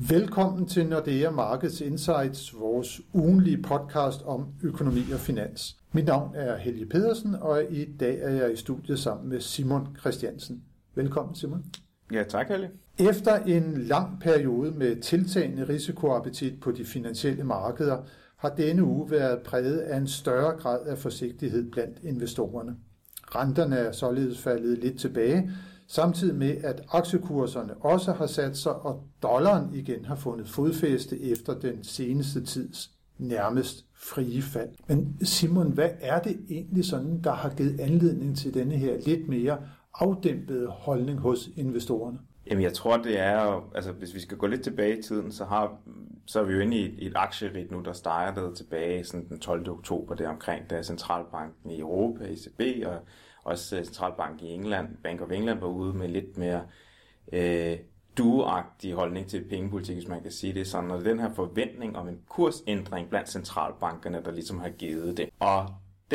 Velkommen til Nordea Markets Insights, vores ugenlige podcast om økonomi og finans. Mit navn er Helge Pedersen, og i dag er jeg i studiet sammen med Simon Christiansen. Velkommen, Simon. Ja, tak, Helge. Efter en lang periode med tiltagende risikoappetit på de finansielle markeder, har denne uge været præget af en større grad af forsigtighed blandt investorerne. Renterne er således faldet lidt tilbage, samtidig med, at aktiekurserne også har sat sig, og dollaren igen har fundet fodfæste efter den seneste tids nærmest frie fald. Men Simon, hvad er det egentlig sådan, der har givet anledning til denne her lidt mere afdæmpede holdning hos investorerne? Jamen, jeg tror, det er, altså hvis vi skal gå lidt tilbage i tiden, så er vi jo inde i et aktierit nu, der startede tilbage sådan den 12. oktober deromkring, da Centralbanken i Europa, ECB og også Centralbanken i England, Bank of England, var ude med lidt mere dueagtig holdning til pengepolitik, hvis man kan sige det sådan, og den her forventning om en kursændring blandt centralbankerne, der ligesom har givet det. Og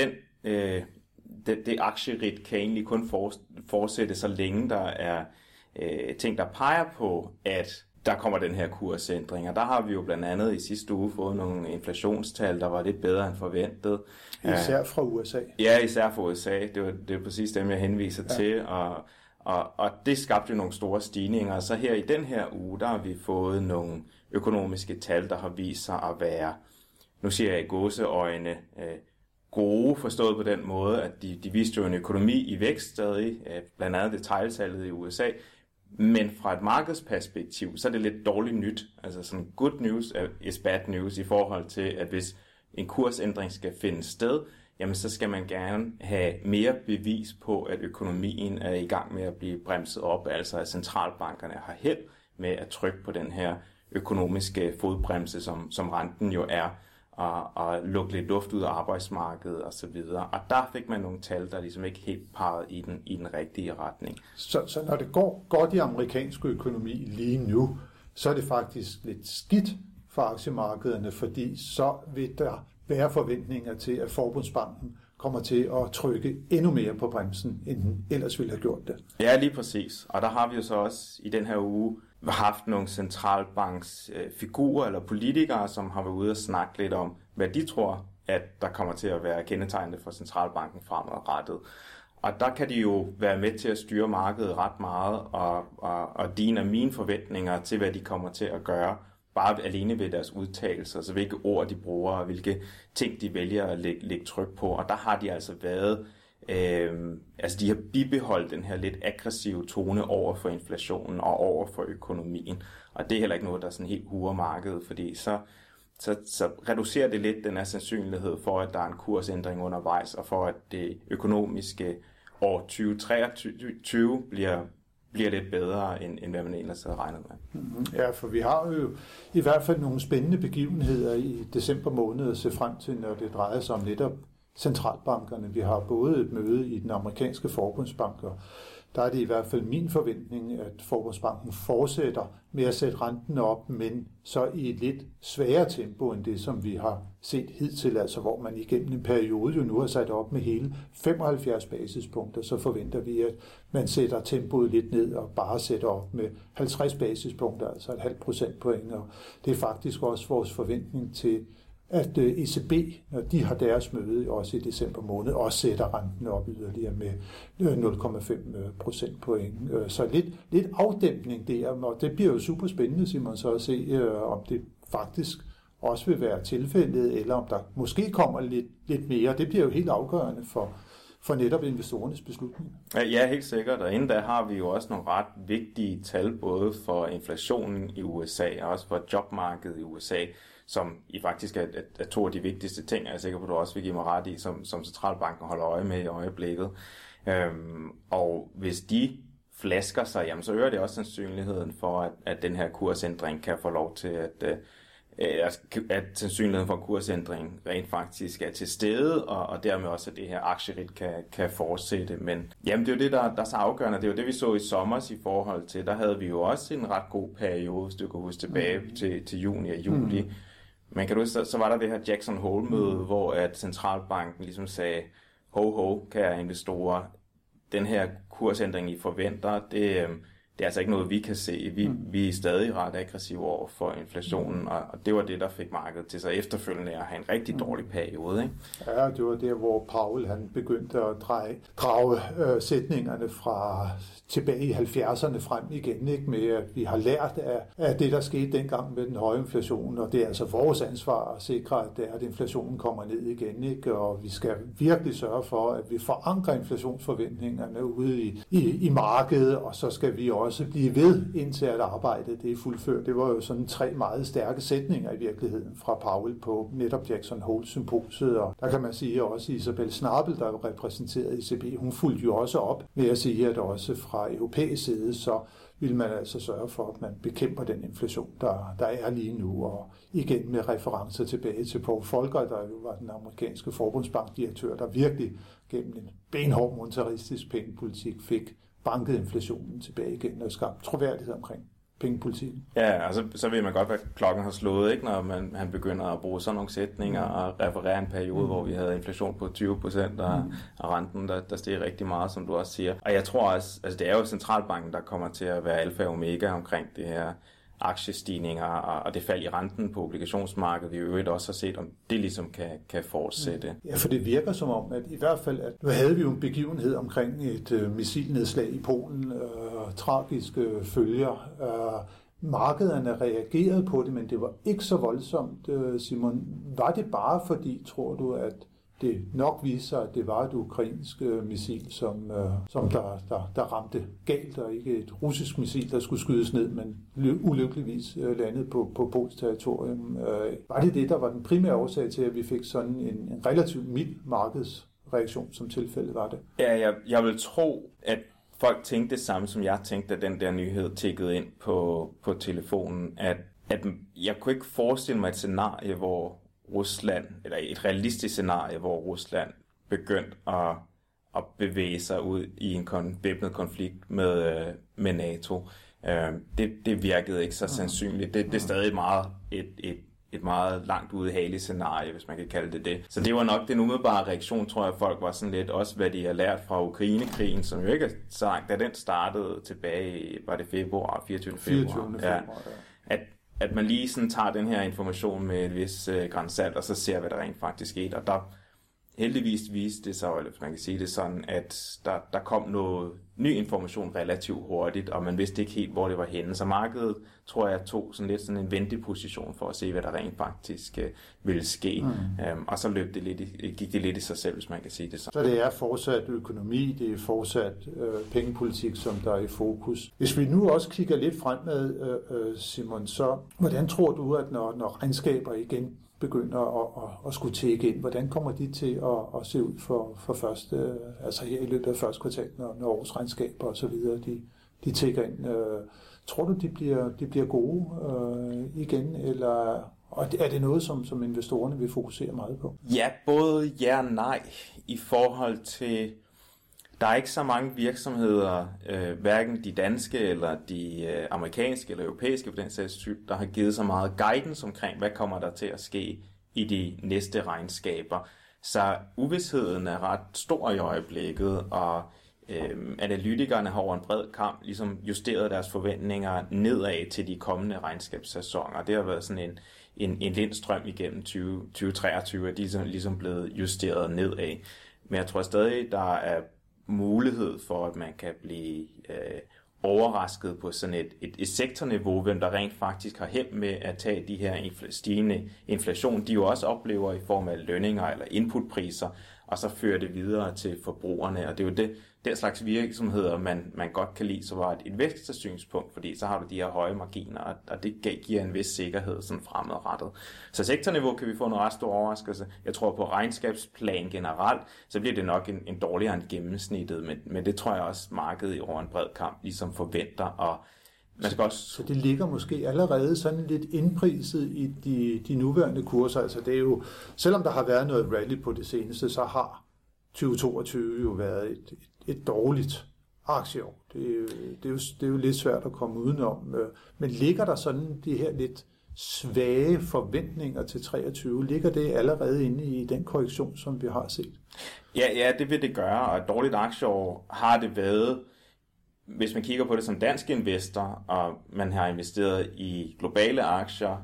det aktierit kan egentlig kun fortsætte, så længe der er ting, der peger på, at der kommer den her kursændring. Og der har vi jo blandt andet i sidste uge fået nogle inflationstal, der var lidt bedre end forventet. Især fra USA. Ja, især fra USA. Det er præcis dem, jeg henviser til. Og det skabte jo nogle store stigninger. Så her i den her uge, der har vi fået nogle økonomiske tal, der har vist sig at være, nu siger jeg i gåseøjne, gode, forstået på den måde, at de viste jo en økonomi i vækst stadig, blandt andet detailtallet i USA, men fra et markedsperspektiv, så er det lidt dårligt nyt. Altså sådan good news is bad news i forhold til, at hvis en kursændring skal finde sted, jamen så skal man gerne have mere bevis på, at økonomien er i gang med at blive bremset op, altså at centralbankerne har held med at trykke på den her økonomiske fodbremse, som renten jo er, og lukke lidt luft ud af arbejdsmarkedet og så videre. Og der fik man nogle tal, der ligesom ikke helt pegede i den rigtige retning. Så når det går godt i amerikansk økonomi lige nu, så er det faktisk lidt skidt for aktiemarkederne, fordi så vil der være forventninger til, at Forbundsbanken kommer til at trykke endnu mere på bremsen, end den ellers ville have gjort det. Ja, lige præcis. Og der har vi jo så også i den her uge haft nogle centralbanksfigurer eller politikere, som har været ude og snakke lidt om, hvad de tror, at der kommer til at være kendetegnende for centralbanken fremadrettet. Og der kan de jo være med til at styre markedet ret meget, og dine og mine forventninger til, hvad de kommer til at gøre, bare alene ved deres udtalelser, så hvilke ord de bruger, og hvilke ting de vælger at lægge tryk på. Og der har de altså været, de har bibeholdt den her lidt aggressive tone over for inflationen og over for økonomien. Og det er heller ikke noget, der sådan helt huer markedet, fordi så reducerer det lidt den her sandsynlighed for, at der er en kursændring undervejs, og for at det økonomiske år 2023 bliver lidt bedre, end hvad man ellers havde regnet med. Ja, for vi har jo i hvert fald nogle spændende begivenheder i december måned at se frem til, når det drejer sig om netop centralbankerne. Vi har både et møde i den amerikanske forbundsbank, og der er det i hvert fald min forventning, at Forbundsbanken fortsætter med at sætte renten op, men så i et lidt sværere tempo end det, som vi har set hidtil, altså hvor man igennem en periode jo nu har sat op med hele 75 basispunkter, så forventer vi, at man sætter tempoet lidt ned og bare sætter op med 50 basispunkter, altså et halvt procentpoint, og det er faktisk også vores forventning til, at ECB, når de har deres møde også i december måned, også sætter renten op yderligere med 0,5 procentpoint. Så lidt afdæmpning der, og det bliver jo super spændende, Simon, så at se, om det faktisk også vil være tilfældet, eller om der måske kommer lidt mere. Det bliver jo helt afgørende for netop investorernes beslutninger. Ja, helt sikkert. Og inden da har vi jo også nogle ret vigtige tal, både for inflationen i USA og også for jobmarkedet i USA, som i faktisk er to af de vigtigste ting, jeg er sikker på, at du også vil give mig ret i, som centralbanken holder øje med i øjeblikket. Og hvis de flasker sig, jamen, så øger det også sandsynligheden for, at den her kursændring kan få lov til at sandsynligheden for en kursændring rent faktisk er til stede, og dermed også, at det her aktierit kan fortsætte. Men jamen, det er jo det, der er så afgørende. Det er jo det, vi så i sommer i forhold til. Der havde vi jo også en ret god periode, hvis du kan huske tilbage til juni og juli. Men kan du huske, så var der det her Jackson Hole-møde, hvor at centralbanken ligesom sagde, kære investorer, den her kursændring, I forventer, det er altså ikke noget, vi kan se. Vi er stadig ret aggressive over for inflationen, og det var det, der fik markedet til sig efterfølgende at have en rigtig dårlig periode. Ikke? Ja, det var der, hvor Powell han begyndte at drage sætningerne fra tilbage i 70'erne frem igen, ikke? Med at vi har lært af det, der skete dengang med den høje inflation, og det er altså vores ansvar at sikre, at inflationen kommer ned igen, ikke? Og vi skal virkelig sørge for, at vi forankrer inflationsforventningerne ude i markedet, og så skal vi også blive ved, indtil at arbejdet det er fuldført. Det var jo sådan 3 meget stærke sætninger i virkeligheden fra Powell på netop Jackson Hole-symposiet, og der kan man sige også Isabel Schnabel, der repræsenterede ECB, hun fulgte jo også op med at sige, at også fra europæisk side, så vil man altså sørge for, at man bekæmper den inflation, der er lige nu, og igen med referencer tilbage til Paul Volcker, der jo var den amerikanske forbundsbankdirektør, der virkelig gennem en benhård monetaristisk pengepolitik fik banket inflationen tilbage igen og skabt troværdighed omkring pengepolitikken. Ja, og så ved man godt, hvad klokken har slået, ikke, når han begynder at bruge sådan nogle sætninger og referere en periode, hvor vi havde inflation på 20%, og renten, der steg rigtig meget, som du også siger. Og jeg tror også, altså det er jo centralbanken, der kommer til at være alfa og omega omkring det her aktiestigninger og det fald i renten på obligationsmarkedet, vi jo øvrigt også har set, om det ligesom kan fortsætte. Ja, for det virker som om, at i hvert fald, at nu havde vi jo en begivenhed omkring et missilnedslag i Polen, tragiske følger. Markederne reagerede på det, men det var ikke så voldsomt. Simon, var det bare fordi, tror du, at det nok viser, at det var et ukrainsk missil, som der ramte galt, og ikke et russisk missil, der skulle skydes ned, men ulykkeligvis landede på polsk territorium. Var det, der var den primære årsag til, at vi fik sådan en relativt mild markedsreaktion, som tilfældet var det? Ja, jeg vil tro, at folk tænkte det samme, som jeg tænkte, da den der nyhed tikkede ind på telefonen, at jeg kunne ikke forestille mig et scenarie, hvor Rusland, eller et realistisk scenarie, hvor Rusland begyndte at bevæge sig ud i en væbnet konflikt med NATO. Det virkede ikke så sandsynligt. Det er stadig meget et meget langt udehageligt scenarie, hvis man kan kalde det det. Så det var nok den umiddelbare reaktion, tror jeg, folk var sådan lidt, også hvad de har lært fra Ukrainekrigen, som jo ikke er sagt, da den startede tilbage, var det februar, 24. februar. Ja. At man lige sådan tager den her information med et vis gran salt, og så ser, hvad der rent faktisk skete. Og der heldigvis viste det sig, eller man kan sige det sådan, at der kom noget ny information relativt hurtigt, og man vidste ikke helt, hvor det var henne. Så markedet, tror jeg, tog sådan lidt sådan en venteposition for at se, hvad der rent faktisk ville ske. Og så gik det lidt i sig selv, hvis man kan sige det sådan. Så det er fortsat økonomi, det er fortsat pengepolitik, som der er i fokus. Hvis vi nu også kigger lidt fremad, Simon, så hvordan tror du, at når regnskaber igen begynder at skulle tække ind, hvordan kommer de til at se ud for første, altså her i løbet af første kvartal, når årsregnskaber og så videre, de tækker ind. Tror du, de bliver gode igen, eller og er det noget, som investorerne vil fokusere meget på? Ja, både ja og nej i forhold til, der er ikke så mange virksomheder, hverken de danske eller de amerikanske eller europæiske på den sags skyld, der har givet så meget guidance omkring, hvad kommer der til at ske i de næste regnskaber. Så uvisheden er ret stor i øjeblikket, og analytikerne har over en bred kamp ligesom justeret deres forventninger nedad til de kommende regnskabssæsoner. Det har været sådan en lindstrøm igennem 2023, at de er ligesom blevet justeret nedad. Men jeg tror stadig, der er mulighed for, at man kan blive overrasket på sådan et sektorniveau, hvem der rent faktisk har held med at tage de her stigende inflation, de jo også oplever i form af lønninger eller inputpriser, og så fører det videre til forbrugerne. Og det er jo den slags virksomheder, man godt kan lide, så var et investorsynspunkt, fordi så har du de her høje marginer, og det giver en vis sikkerhed sådan fremadrettet. Så sektorniveau kan vi få en ret stor overraskelse. Jeg tror på regnskabsplan generelt, så bliver det nok en dårligere end gennemsnittet, men det tror jeg også markedet over en bred kamp ligesom forventer, og man skal også... Så det ligger måske allerede sådan lidt indpriset i de nuværende kurser. Altså det er jo, selvom der har været noget rally på det seneste, så har 2022 jo været et dårligt aktieår. Det er jo lidt svært at komme udenom. Men ligger der sådan de her lidt svage forventninger til 23? Ligger det allerede inde i den korrektion, som vi har set? Ja, det vil det gøre, og et dårligt aktieår har det været. hvis man kigger på det som dansk investor, og man har investeret i globale aktier,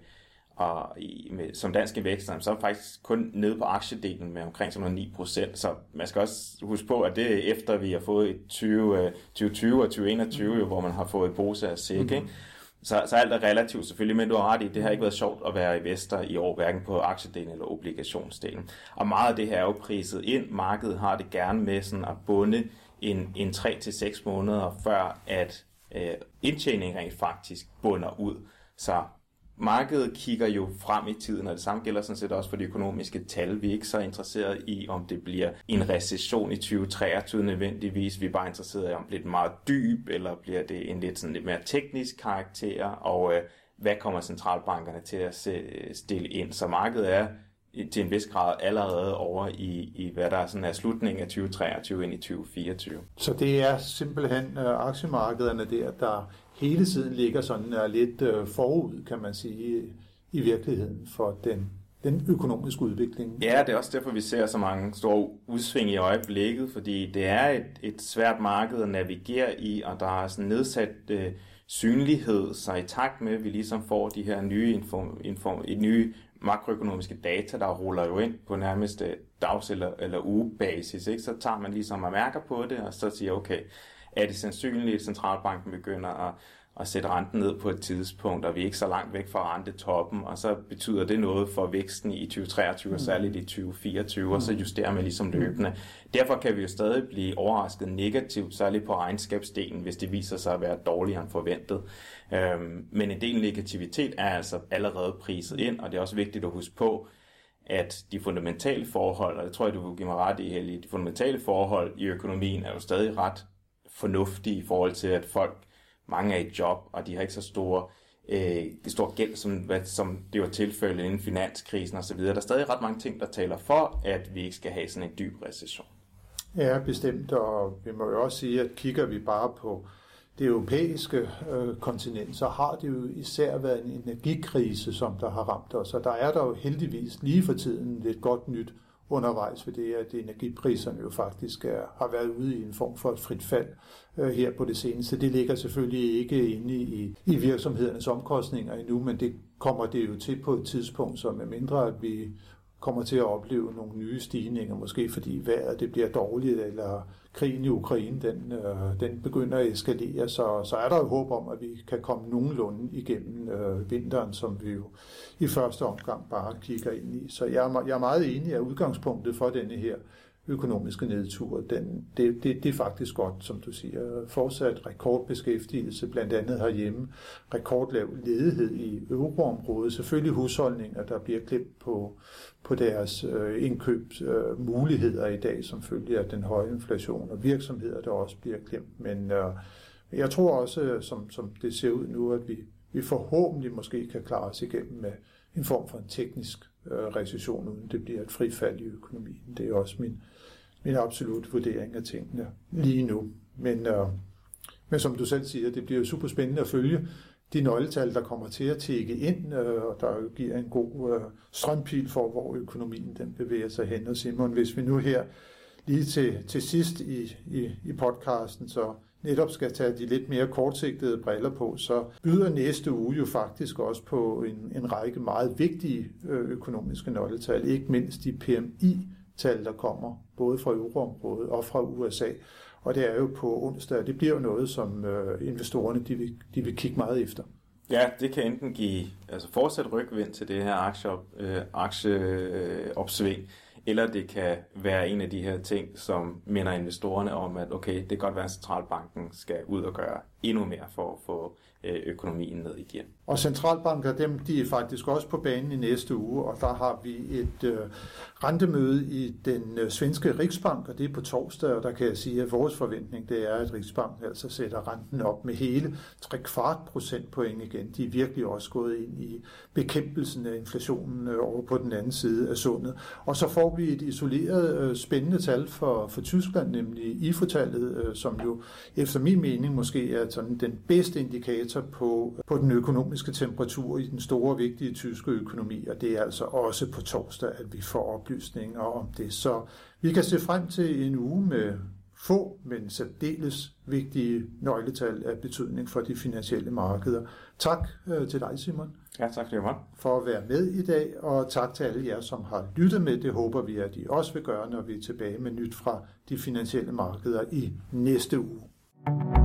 som dansk investor, så er faktisk kun nede på aktiedelen med omkring 9%. Så man skal også huske på, at det er efter, vi har fået 2020 og 2021, hvor man har fået pose af sæk. Så alt er relativt selvfølgelig, men du har ret i, det har ikke været sjovt at være investor i år, hverken på aktiedelen eller obligationsdelen. Og meget af det her er jo priset ind. Markedet har det gerne med sådan at bunde en 3 til 6 måneder, før at indtjeningen rent faktisk bunder ud. Så markedet kigger jo frem i tiden, og det samme gælder sådan set også for de økonomiske tal. Vi er ikke så interesseret i, om det bliver en recession i 2023 nødvendigvis. Vi er bare interesseret i, om det bliver meget dyb, eller bliver det en lidt mere teknisk karakter, og hvad kommer centralbankerne til at stille ind. Så markedet er til en vis grad allerede over i hvad der sådan er slutningen af 2023 ind i 2024. Så det er simpelthen aktiemarkederne der hele tiden ligger sådan lidt forud, kan man sige, i virkeligheden for den økonomiske udvikling. Ja, det er også derfor, vi ser så mange store udsving i øjeblikket, fordi det er et svært marked at navigere i, og der er sådan nedsat synlighed, så i takt med, at vi ligesom får de her nye makroøkonomiske data, der ruller jo ind på nærmest dags- eller ugebasis, ikke? Så tager man ligesom og mærker på det, og så siger, okay, er det sandsynligt, at centralbanken begynder at sætte renten ned på et tidspunkt, og vi er ikke så langt væk fra rentetoppen, og så betyder det noget for væksten i 2023, og særligt i 2024, og så justerer man ligesom løbende. Derfor kan vi jo stadig blive overrasket negativt, særligt på regnskabsdelen, hvis det viser sig at være dårligere end forventet. Men en del negativitet er altså allerede priset ind, og det er også vigtigt at huske på, at de fundamentale forhold, og det tror jeg, du vil give mig ret i, Helge, de fundamentale forhold i økonomien er jo stadig ret fornuftige i forhold til, at mange er i job, og de har ikke så stor gæld, som det var tilfældet inden finanskrisen osv. Der er stadig ret mange ting, der taler for, at vi ikke skal have sådan en dyb recession. Ja, bestemt, og vi må jo også sige, at kigger vi bare på det europæiske kontinent, så har det jo især været en energikrise, som der har ramt os, og der er der jo heldigvis lige for tiden lidt godt nyt undervejs, for det at energipriserne jo faktisk har været ude i en form for et frit fald her på det seneste. Det ligger selvfølgelig ikke inde i virksomhedernes omkostninger endnu, men det kommer det jo til på et tidspunkt, så med mindre at vi kommer til at opleve nogle nye stigninger, måske fordi vejret det bliver dårligt, eller krigen i Ukraine den begynder at eskalere, så er der jo håb om, at vi kan komme nogenlunde igennem vinteren, som vi jo i første omgang bare kigger ind i. Så jeg er meget enig, at udgangspunktet for denne her økonomiske nedtur, det er faktisk godt, som du siger. Fortsat rekordbeskæftigelse, blandt andet herhjemme, rekordlav ledighed i euroområdet, selvfølgelig husholdninger, der bliver klemt på deres indkøbsmuligheder i dag, som følge af den høje inflation, og virksomheder, der også bliver klemt. Men jeg tror også, som det ser ud nu, at vi forhåbentlig måske kan klare os igennem med en form for en teknisk recession, uden det bliver et frit fald i økonomien. Det er også min absolut vurdering af tingene lige nu. Men som du selv siger, det bliver jo super spændende at følge de nøgletal, der kommer til at tikke ind, og der giver en god strømpil for, hvor økonomien den bevæger sig hen. Og Simon, hvis vi nu her lige til sidst i podcasten, så netop skal tage de lidt mere kortsigtede briller på, så byder næste uge jo faktisk også på en række meget vigtige økonomiske nøgletal, ikke mindst de PMI-tal, der kommer både fra euroområdet og fra USA. Og det er jo på onsdag, det bliver jo noget, som investorerne de vil kigge meget efter. Ja, det kan enten give fortsat rygvind til det her aktieopsving, eller det kan være en af de her ting, som minder investorerne om, at okay, det kan godt være, at centralbanken skal ud og gøre endnu mere for at få økonomien ned igen. Og centralbanker, de er faktisk også på banen i næste uge, og der har vi et rentemøde i den svenske Riksbank, og det er på torsdag, og der kan jeg sige, at vores forventning det er, at Riksbank altså sætter renten op med hele 3/4 procentpoint igen. De er virkelig også gået ind i bekæmpelsen af inflationen over på den anden side af sundet. Og så får vi et isoleret spændende tal for Tyskland, nemlig IFO-tallet, som jo efter min mening måske er sådan den bedste indikator på den økonomiske temperatur i den store, vigtige tyske økonomi, og det er altså også på torsdag, at vi får oplysninger om det. Så vi kan se frem til en uge med få, men særdeles vigtige nøgletal af betydning for de finansielle markeder. Tak til dig, Simon. Ja, tak fordi du var. For at være med i dag, og tak til alle jer, som har lyttet med. Det håber vi, at I også vil gøre, når vi er tilbage med nyt fra de finansielle markeder i næste uge.